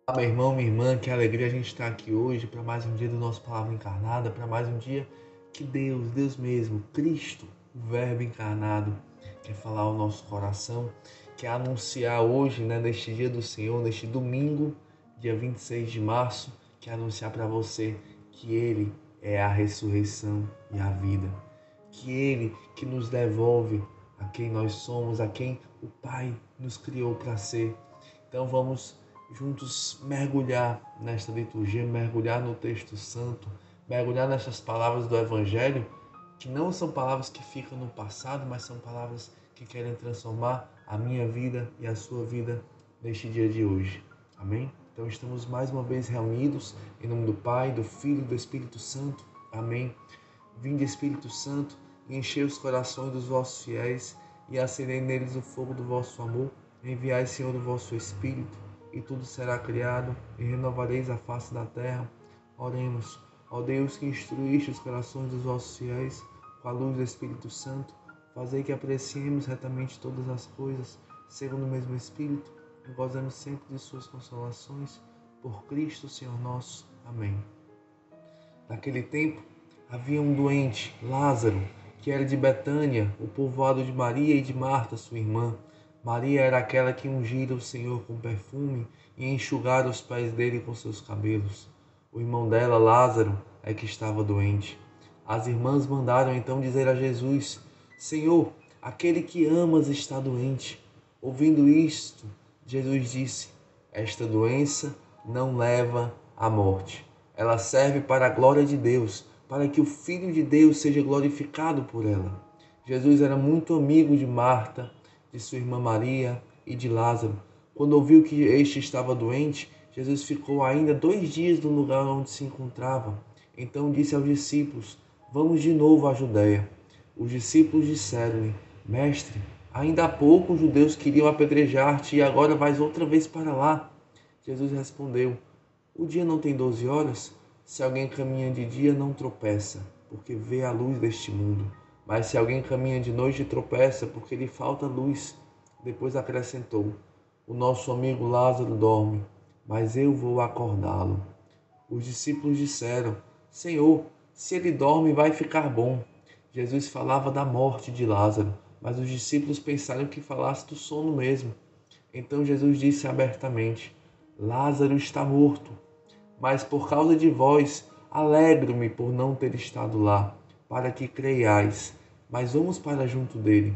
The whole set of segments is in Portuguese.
Meu irmão, minha irmã, que alegria a gente estar aqui hoje para mais um dia do nosso Palavra Encarnada, para mais um dia que Deus mesmo, Cristo, o Verbo encarnado, quer falar ao nosso coração, quer anunciar hoje, neste dia do Senhor, neste domingo, dia 26 de março, quer anunciar para você que Ele é a ressurreição e a vida, que Ele que nos devolve a quem nós somos, a quem o Pai nos criou para ser. Então vamos juntos mergulhar nesta liturgia, mergulhar no texto santo, mergulhar nessas palavras do Evangelho, que não são palavras que ficam no passado, mas são palavras que querem transformar a minha vida e a sua vida neste dia de hoje. Amém? Então estamos mais uma vez reunidos em nome do Pai, do Filho e do Espírito Santo. Amém? Vinde, Espírito Santo, e enchei os corações dos vossos fiéis e acendei neles o fogo do vosso amor. Enviai, Senhor, o vosso Espírito, e tudo será criado, e renovareis a face da terra. Oremos. Ó Deus, que instruíste os corações dos vossos fiéis com a luz do Espírito Santo, fazei que apreciemos retamente todas as coisas, segundo o mesmo Espírito, e gozemos sempre de suas consolações. Por Cristo, Senhor nosso. Amém. Naquele tempo, havia um doente, Lázaro, que era de Betânia, o povoado de Maria e de Marta, sua irmã. Maria era aquela que ungira o Senhor com perfume e enxugara os pés dele com seus cabelos. O irmão dela, Lázaro, é que estava doente. As irmãs mandaram então dizer a Jesus: Senhor, aquele que amas está doente. Ouvindo isto, Jesus disse: Esta doença não leva à morte. Ela serve para a glória de Deus, para que o Filho de Deus seja glorificado por ela. Jesus era muito amigo de Marta, de sua irmã Maria e de Lázaro. Quando ouviu que este estava doente, Jesus ficou ainda 2 dias no lugar onde se encontrava. Então disse aos discípulos: Vamos de novo à Judéia. Os discípulos disseram-lhe: Mestre, ainda há pouco os judeus queriam apedrejar-te e agora vais outra vez para lá. Jesus respondeu: O dia não tem 12 horas? Se alguém caminha de dia, não tropeça, porque vê a luz deste mundo. Mas se alguém caminha de noite, tropeça, porque lhe falta luz. Depois acrescentou: O nosso amigo Lázaro dorme, mas eu vou acordá-lo. Os discípulos disseram: Senhor, se ele dorme, vai ficar bom. Jesus falava da morte de Lázaro, mas os discípulos pensaram que falasse do sono mesmo. Então Jesus disse abertamente: Lázaro está morto, mas por causa de vós, alegro-me por não ter estado lá, para que creiais. Mas vamos para junto dele.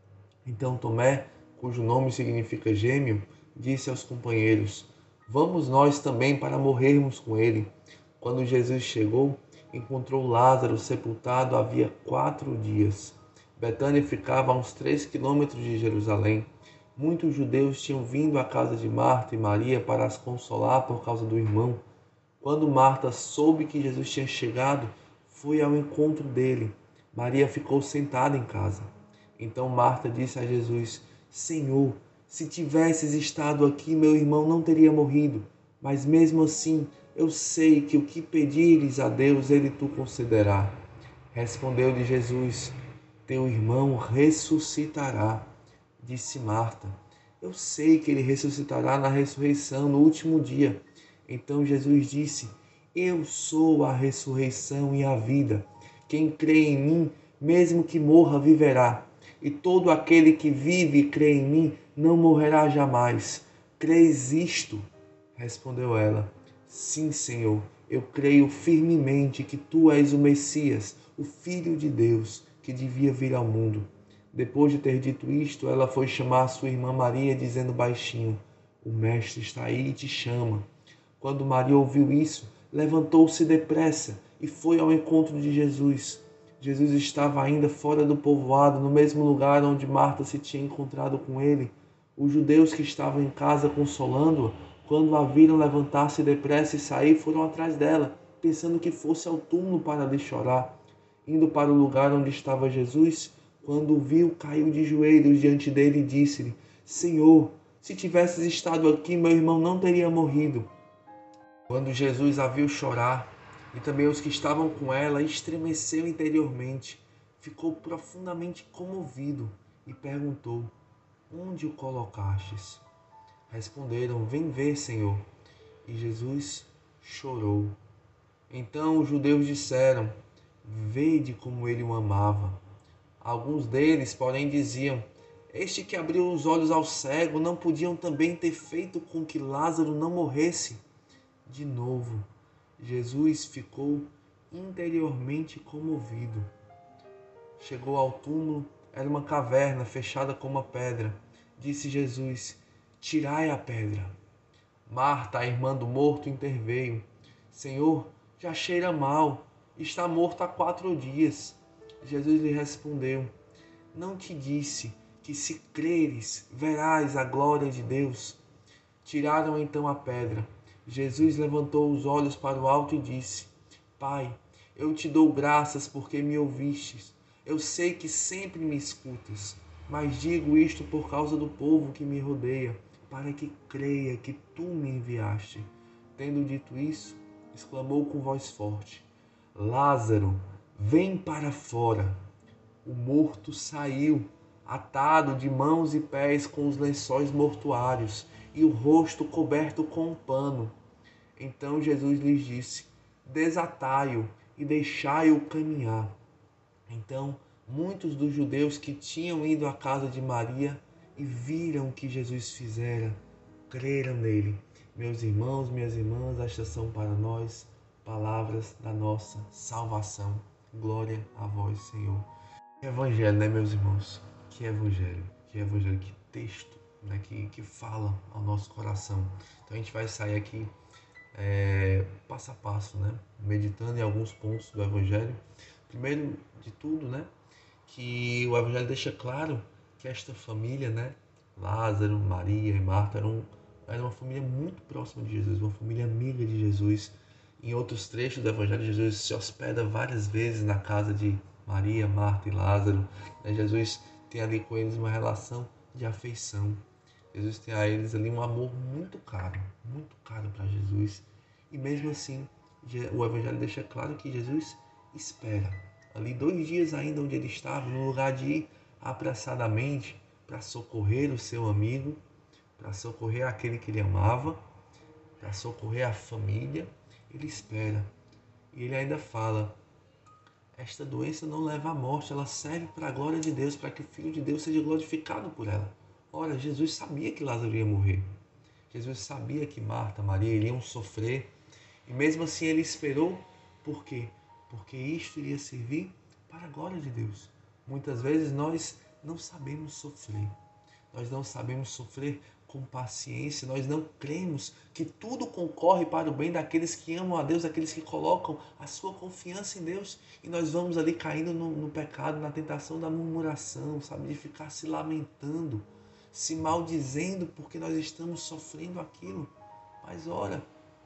Então Tomé, cujo nome significa gêmeo, disse aos companheiros: Vamos nós também para morrermos com ele. Quando Jesus chegou, encontrou Lázaro sepultado havia 4 dias. Betânia ficava a uns 3 quilômetros de Jerusalém. Muitos judeus tinham vindo à casa de Marta e Maria para as consolar por causa do irmão. Quando Marta soube que Jesus tinha chegado, foi ao encontro dele. Maria ficou sentada em casa. Então Marta disse a Jesus: Senhor, se tivesses estado aqui, meu irmão não teria morrido. Mas mesmo assim, eu sei que o que pedires a Deus, ele tu concederá. Respondeu-lhe Jesus: Teu irmão ressuscitará. Disse Marta: Eu sei que ele ressuscitará na ressurreição no último dia. Então Jesus disse: Eu sou a ressurreição e a vida. Quem crê em mim, mesmo que morra, viverá. E todo aquele que vive e crê em mim não morrerá jamais. Crês isto? Respondeu ela: Sim, Senhor, eu creio firmemente que tu és o Messias, o Filho de Deus, que devia vir ao mundo. Depois de ter dito isto, ela foi chamar sua irmã Maria, dizendo baixinho: O mestre está aí e te chama. Quando Maria ouviu isso, levantou-se depressa e foi ao encontro de Jesus. Jesus estava ainda fora do povoado, no mesmo lugar onde Marta se tinha encontrado com ele. Os judeus que estavam em casa consolando-a, quando a viram levantar-se depressa e sair, foram atrás dela, pensando que fosse ao túmulo para lhe chorar. Indo para o lugar onde estava Jesus, quando o viu, caiu de joelhos diante dele e disse-lhe: Senhor, se tivesses estado aqui, meu irmão não teria morrido. Quando Jesus a viu chorar, e também os que estavam com ela, estremeceu interiormente, ficou profundamente comovido e perguntou: Onde o colocastes? Responderam: Vem ver, Senhor. e Jesus chorou. Então os judeus disseram: vede como ele o amava. Alguns deles, porém, diziam: este que abriu os olhos ao cego, não podiam também ter feito com que Lázaro não morresse? De novo, Jesus ficou interiormente comovido. Chegou ao túmulo, era uma caverna fechada com uma pedra. Disse Jesus: tirai a pedra. Marta, a irmã do morto, interveio: Senhor, já cheira mal, está morto há 4 dias. Jesus lhe respondeu: não te disse que, se creres, verás a glória de Deus? Tiraram então a pedra. Jesus levantou os olhos para o alto e disse: Pai, eu te dou graças porque me ouvistes. Eu sei que sempre me escutas, mas digo isto por causa do povo que me rodeia, para que creia que tu me enviaste. Tendo dito isso, exclamou com voz forte: Lázaro, vem para fora. O morto saiu, atado de mãos e pés com os lençóis mortuários e o rosto coberto com um pano. Então Jesus lhes disse: desatai-o e deixai-o caminhar. Então muitos dos judeus que tinham ido à casa de Maria e viram o que Jesus fizera, creram nele. Meus irmãos, minhas irmãs, estas são para nós palavras da nossa salvação. Glória a vós, Senhor. Que evangelho, né, meus irmãos? Que evangelho, que texto, né, que fala ao nosso coração. Então a gente vai sair aqui passo a passo, né, meditando em alguns pontos do evangelho. Primeiro de tudo, né, que o evangelho deixa claro que esta família, né, Lázaro, Maria e Marta, era uma família muito próxima de Jesus, uma família amiga de Jesus. Em outros trechos do evangelho, Jesus se hospeda várias vezes na casa de Maria, Marta e Lázaro. Jesus tem ali com eles uma relação de afeição. Jesus tem a eles ali um amor muito caro para Jesus. E mesmo assim, o evangelho deixa claro que Jesus espera. Ali 2 dias ainda onde ele estava, no lugar de ir apressadamente para socorrer o seu amigo, para socorrer aquele que ele amava, para socorrer a família, ele espera. E ele ainda fala: esta doença não leva à morte, ela serve para a glória de Deus, para que o Filho de Deus seja glorificado por ela. Ora, Jesus sabia que Lázaro ia morrer. Jesus sabia que Marta, Maria iriam sofrer. E mesmo assim ele esperou. Por quê? Porque isto iria servir para a glória de Deus. Muitas vezes nós não sabemos sofrer. Nós não sabemos sofrer com paciência, nós não cremos que tudo concorre para o bem daqueles que amam a Deus, daqueles que colocam a sua confiança em Deus. E nós vamos ali caindo no pecado, na tentação da murmuração, sabe? De ficar se lamentando, se maldizendo porque nós estamos sofrendo aquilo. Mas ora,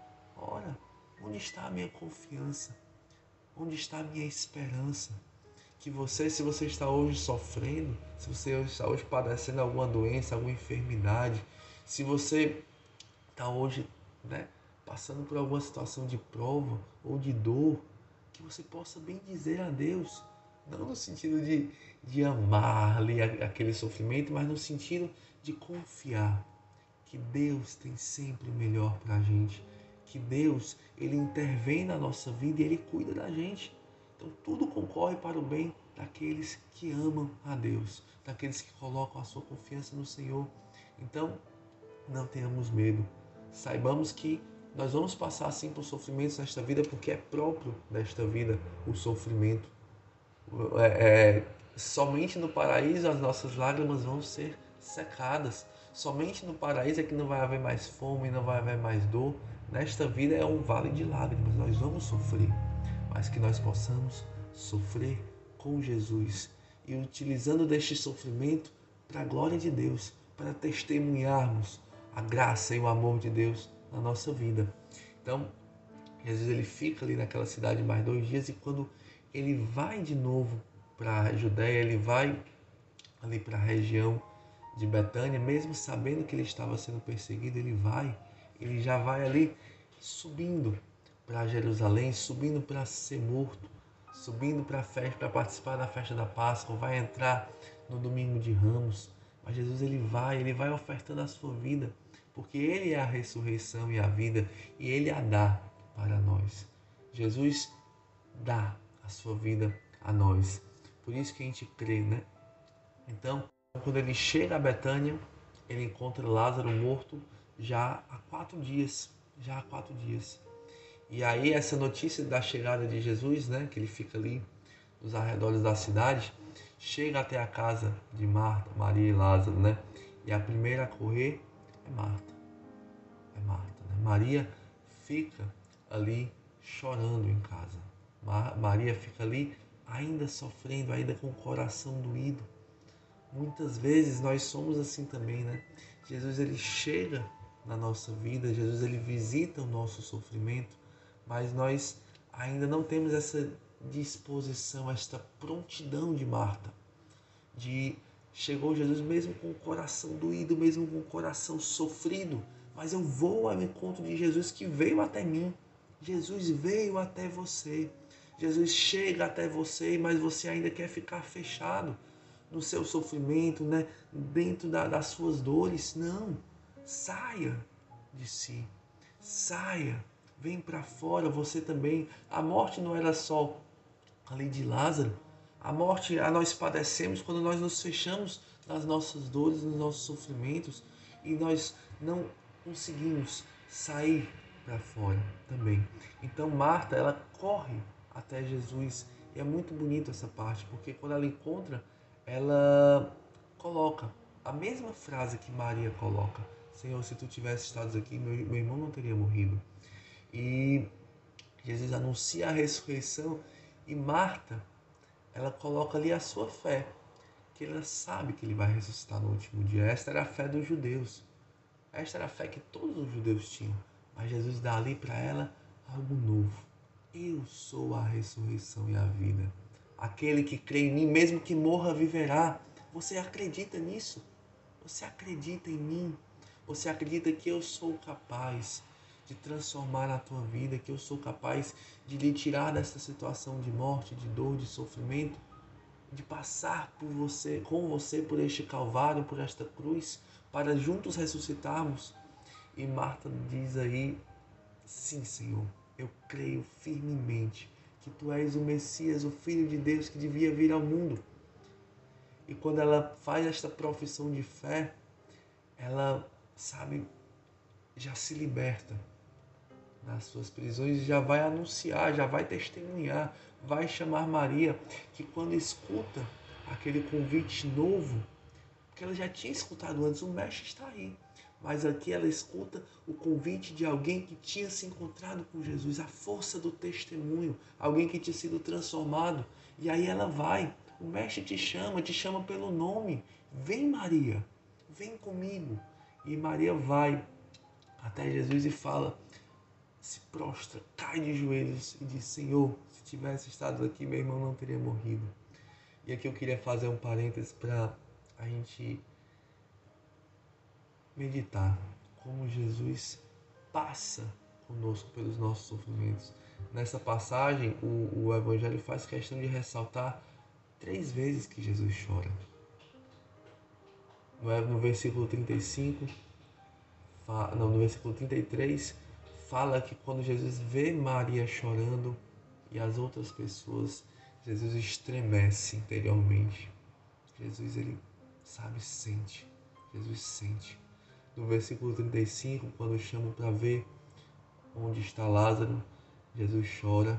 onde está a minha confiança? Onde está a minha esperança? Que você, se você está hoje sofrendo, se você está hoje padecendo alguma doença, alguma enfermidade, se você está hoje, né, passando por alguma situação de prova ou de dor, que você possa bem dizer a Deus, não no sentido de amar ali aquele sofrimento, mas no sentido de confiar que Deus tem sempre o melhor para a gente, que Deus, Ele intervém na nossa vida e Ele cuida da gente. Então tudo concorre para o bem daqueles que amam a Deus, daqueles que colocam a sua confiança no Senhor. Então não tenhamos medo. Saibamos que nós vamos passar assim por sofrimentos nesta vida, porque é próprio desta vida o sofrimento. Somente no paraíso as nossas lágrimas vão ser secadas. Somente no paraíso é que não vai haver mais fome, não vai haver mais dor. Nesta vida é um vale de lágrimas, nós vamos sofrer, mas que nós possamos sofrer com Jesus e utilizando deste sofrimento para a glória de Deus, para testemunharmos a graça e o amor de Deus na nossa vida. Então, Jesus ele fica ali naquela cidade mais 2 dias, e quando ele vai de novo para a Judéia, ele vai ali para a região de Betânia, mesmo sabendo que ele estava sendo perseguido, ele já vai ali subindo para Jerusalém, subindo para ser morto, subindo para a festa, para participar da festa da Páscoa, vai entrar no domingo de Ramos. Mas Jesus ele vai ofertando a sua vida porque Ele é a ressurreição e a vida e Ele a dá para nós. Jesus dá a sua vida a nós. Por isso que a gente crê, né? Então, quando ele chega a Betânia, ele encontra Lázaro morto já há 4 dias. Já há 4 dias. E aí essa notícia da chegada de Jesus, né, que ele fica ali nos arredores da cidade, chega até a casa de Marta, Maria e Lázaro, né? E a primeira a correr é Marta. É Marta, né? Maria fica ali chorando em casa. Maria fica ali ainda sofrendo, ainda com o coração doído. Muitas vezes nós somos assim também, né? Jesus ele chega na nossa vida, Jesus ele visita o nosso sofrimento, mas nós ainda não temos essa disposição, esta prontidão de Marta, de chegou Jesus mesmo com o coração doído, mesmo com o coração sofrido, mas eu vou ao encontro de Jesus que veio até mim. Jesus veio até você. Jesus chega até você, mas você ainda quer ficar fechado no seu sofrimento, né? Dentro das suas dores. Não, saia de si, saia, vem para fora, você também. A morte não era só ali de Lázaro. A morte nós padecemos quando nós nos fechamos nas nossas dores, nos nossos sofrimentos e nós não conseguimos sair para fora também. Então Marta, ela corre até Jesus e é muito bonito essa parte, porque quando ela encontra, ela coloca a mesma frase que Maria coloca: Senhor, se tu tivesse estado aqui, meu irmão não teria morrido. E Jesus anuncia a ressurreição e Marta, ela coloca ali a sua fé, que ela sabe que ele vai ressuscitar no último dia. Esta era a fé dos judeus. Esta era a fé que todos os judeus tinham. Mas Jesus dá ali para ela algo novo. Eu sou a ressurreição e a vida. Aquele que crê em mim, mesmo que morra, viverá. Você acredita nisso? Você acredita em mim? Você acredita que eu sou capaz de transformar a tua vida, que eu sou capaz de lhe tirar dessa situação de morte, de dor, de sofrimento, de passar por você, com você por este calvário, por esta cruz, para juntos ressuscitarmos? E Marta diz aí: sim, Senhor, eu creio firmemente que tu és o Messias, o Filho de Deus que devia vir ao mundo. E quando ela faz esta profissão de fé, ela, sabe, já se liberta das suas prisões e já vai anunciar, já vai testemunhar, vai chamar Maria, que quando escuta aquele convite novo, porque ela já tinha escutado antes, o mestre está aí, mas aqui ela escuta o convite de alguém que tinha se encontrado com Jesus, a força do testemunho, alguém que tinha sido transformado, e aí ela vai, o mestre te chama pelo nome: vem Maria, vem comigo. E Maria vai até Jesus e fala, se prostra, cai de joelhos e diz: Senhor, se tivesse estado aqui, meu irmão não teria morrido. E aqui eu queria fazer um parênteses para a gente meditar como Jesus passa conosco pelos nossos sofrimentos. Nessa passagem, o Evangelho faz questão de ressaltar 3 vezes que Jesus chora. No versículo 35, no versículo 33, fala que quando Jesus vê Maria chorando e as outras pessoas, Jesus estremece interiormente. Jesus, ele sabe, sente. Jesus sente. No versículo 35, quando chamam para ver onde está Lázaro, Jesus chora.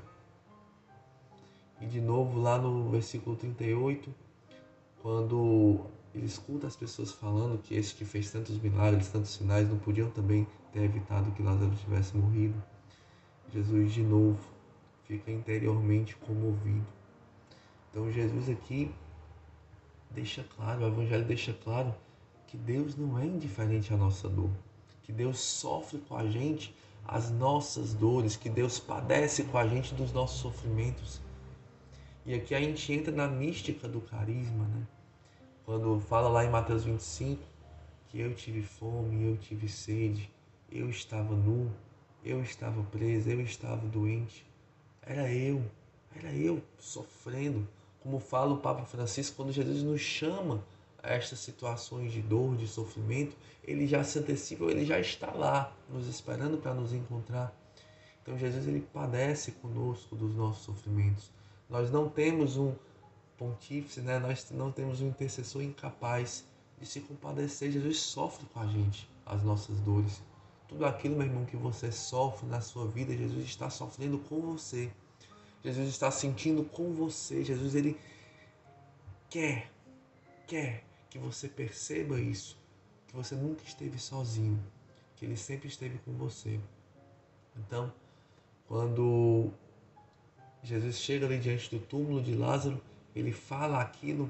E de novo lá no versículo 38, quando ele escuta as pessoas falando que esse que fez tantos milagres, tantos sinais, não podiam também ter evitado que Lázaro tivesse morrido. Jesus de novo fica interiormente comovido. Então Jesus aqui deixa claro, o Evangelho deixa claro que Deus não é indiferente à nossa dor, que Deus sofre com a gente as nossas dores, que Deus padece com a gente dos nossos sofrimentos. E aqui a gente entra na mística do carisma, né? Quando fala lá em Mateus 25 que eu tive fome, eu tive sede, eu estava nu, eu estava preso, eu estava doente. Era eu sofrendo. Como fala o Papa Francisco, quando Jesus nos chama a estas situações de dor, de sofrimento, ele já se antecipa, ele já está lá, nos esperando para nos encontrar. Então Jesus, ele padece conosco dos nossos sofrimentos. Nós não temos um pontífice, né? Nós não temos um intercessor incapaz de se compadecer. Jesus sofre com a gente as nossas dores. Tudo aquilo, meu irmão, que você sofre na sua vida, Jesus está sofrendo com você. Jesus está sentindo com você. Jesus, ele quer que você perceba isso, que você nunca esteve sozinho, que ele sempre esteve com você. Então, quando Jesus chega ali diante do túmulo de Lázaro, ele fala aquilo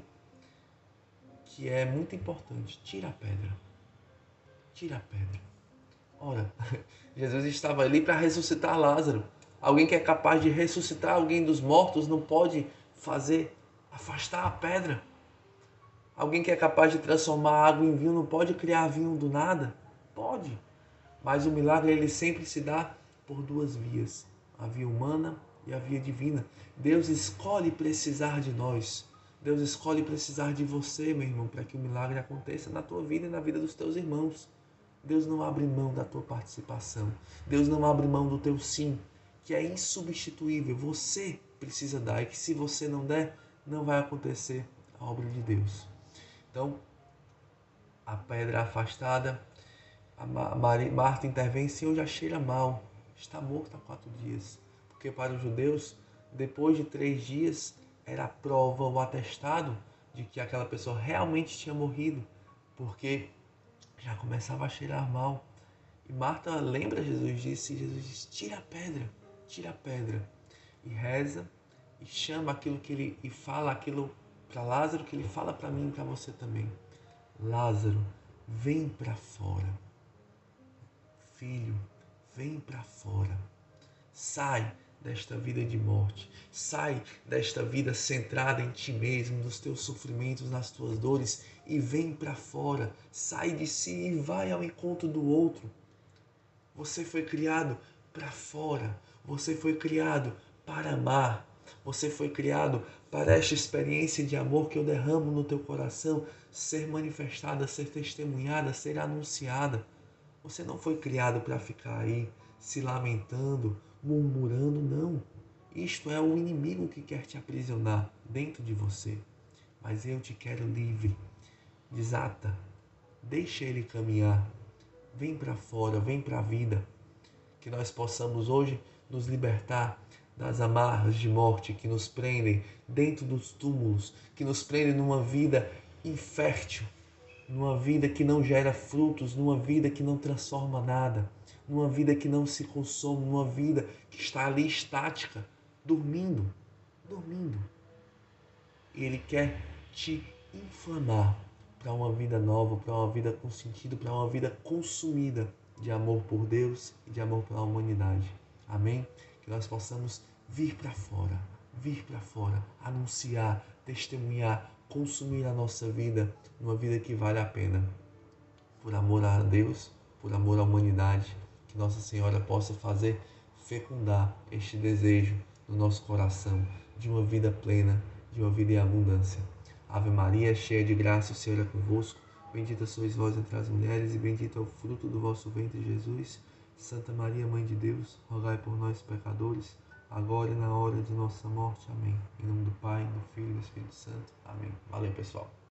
que é muito importante: tira a pedra, tira a pedra. Ora, Jesus estava ali para ressuscitar Lázaro. Alguém que é capaz de ressuscitar alguém dos mortos não pode afastar a pedra. Alguém que é capaz de transformar água em vinho não pode criar vinho do nada? Pode. Mas o milagre, ele sempre se dá por duas vias: a via humana e a via divina. Deus escolhe precisar de nós. Deus escolhe precisar de você, meu irmão, para que o milagre aconteça na tua vida e na vida dos teus irmãos. Deus não abre mão da tua participação. Deus não abre mão do teu sim, que é insubstituível. Você precisa dar, e que se você não der, não vai acontecer a obra de Deus. Então, a pedra afastada, Marta intervém: Senhor, já cheira mal, está morto há 4 dias. Porque para os judeus, depois de 3 dias, era a prova, o atestado de que aquela pessoa realmente tinha morrido, porque já começava a cheirar mal. E Marta lembra Jesus diz: tira a pedra. E reza, e chama aquilo que ele, e fala aquilo para Lázaro que ele fala para mim e para você também: Lázaro, vem para fora. Filho, vem para fora. Sai desta vida de morte. Sai desta vida centrada em ti mesmo, nos teus sofrimentos, nas tuas dores, e vem para fora. Sai de si e vai ao encontro do outro. Você foi criado para fora. Você foi criado para amar. Você foi criado para esta experiência de amor que eu derramo no teu coração ser manifestada, ser testemunhada, ser anunciada. Você não foi criado para ficar aí se lamentando, murmurando, não. Isto é o inimigo que quer te aprisionar dentro de você. Mas eu te quero livre. Desata. Deixa ele caminhar. Vem para fora, vem para a vida. Que nós possamos hoje nos libertar das amarras de morte que nos prendem dentro dos túmulos, que nos prendem numa vida infértil, numa vida que não gera frutos, numa vida que não transforma nada, numa vida que não se consome, numa vida que está ali estática, dormindo. E Ele quer te inflamar para uma vida nova, para uma vida com sentido, para uma vida consumida de amor por Deus e de amor pela humanidade. Amém? Que nós possamos vir para fora, anunciar, testemunhar, consumir a nossa vida numa vida que vale a pena. Por amor a Deus, por amor à humanidade, que Nossa Senhora possa fazer fecundar este desejo no nosso coração de uma vida plena, de uma vida em abundância. Ave Maria, cheia de graça, o Senhor é convosco. Bendita sois vós entre as mulheres e bendito é o fruto do vosso ventre, Jesus. Santa Maria, Mãe de Deus, rogai por nós, pecadores, agora e na hora de nossa morte. Amém. Em nome do Pai, do Filho e do Espírito Santo. Amém. Valeu, pessoal.